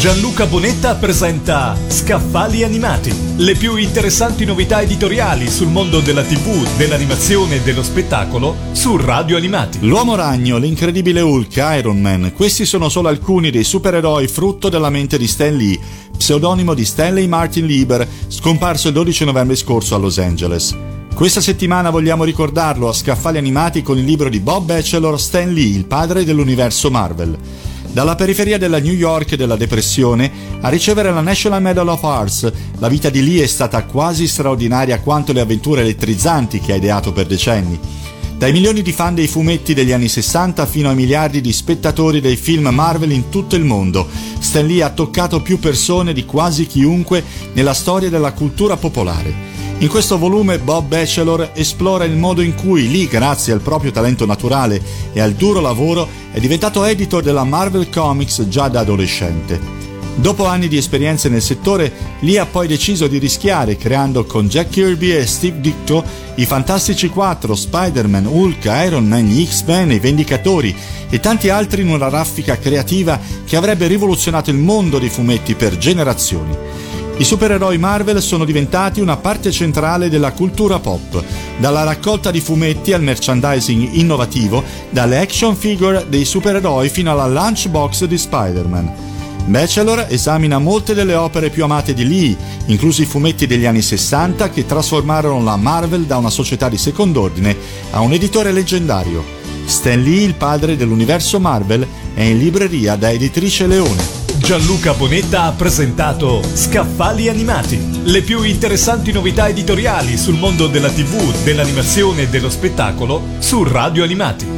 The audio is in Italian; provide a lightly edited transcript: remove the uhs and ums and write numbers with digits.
Gianluca Bonetta presenta Scaffali Animati, le più interessanti novità editoriali sul mondo della TV, dell'animazione e dello spettacolo su Radio Animati. L'Uomo Ragno, l'Incredibile Hulk, Iron Man, questi sono solo alcuni dei supereroi frutto della mente di Stan Lee, pseudonimo di Stanley Martin Lieber, scomparso il 12 novembre scorso a Los Angeles. Questa settimana vogliamo ricordarlo a Scaffali Animati con il libro di Bob Batchelor, Stan Lee, il padre dell'universo Marvel. Dalla periferia della New York e della depressione a ricevere la National Medal of Arts, la vita di Lee è stata quasi straordinaria quanto le avventure elettrizzanti che ha ideato per decenni. Dai milioni di fan dei fumetti degli anni 60 fino ai miliardi di spettatori dei film Marvel in tutto il mondo, Stan Lee ha toccato più persone di quasi chiunque nella storia della cultura popolare. In questo volume Bob Batchelor esplora il modo in cui Lee, grazie al proprio talento naturale e al duro lavoro, è diventato editor della Marvel Comics già da adolescente. Dopo anni di esperienze nel settore, Lee ha poi deciso di rischiare creando con Jack Kirby e Steve Ditko i Fantastici 4, Spider-Man, Hulk, Iron Man, gli X-Men, i Vendicatori e tanti altri in una raffica creativa che avrebbe rivoluzionato il mondo dei fumetti per generazioni. I supereroi Marvel sono diventati una parte centrale della cultura pop, dalla raccolta di fumetti al merchandising innovativo, dalle action figure dei supereroi fino alla lunchbox di Spider-Man. Batchelor esamina molte delle opere più amate di Lee, inclusi i fumetti degli anni 60 che trasformarono la Marvel da una società di second'ordine a un editore leggendario. Stan Lee, il padre dell'universo Marvel, è in libreria da Editrice Leone. Gianluca Bonetta ha presentato Scaffali Animati, le più interessanti novità editoriali sul mondo della TV, dell'animazione e dello spettacolo su Radio Animati.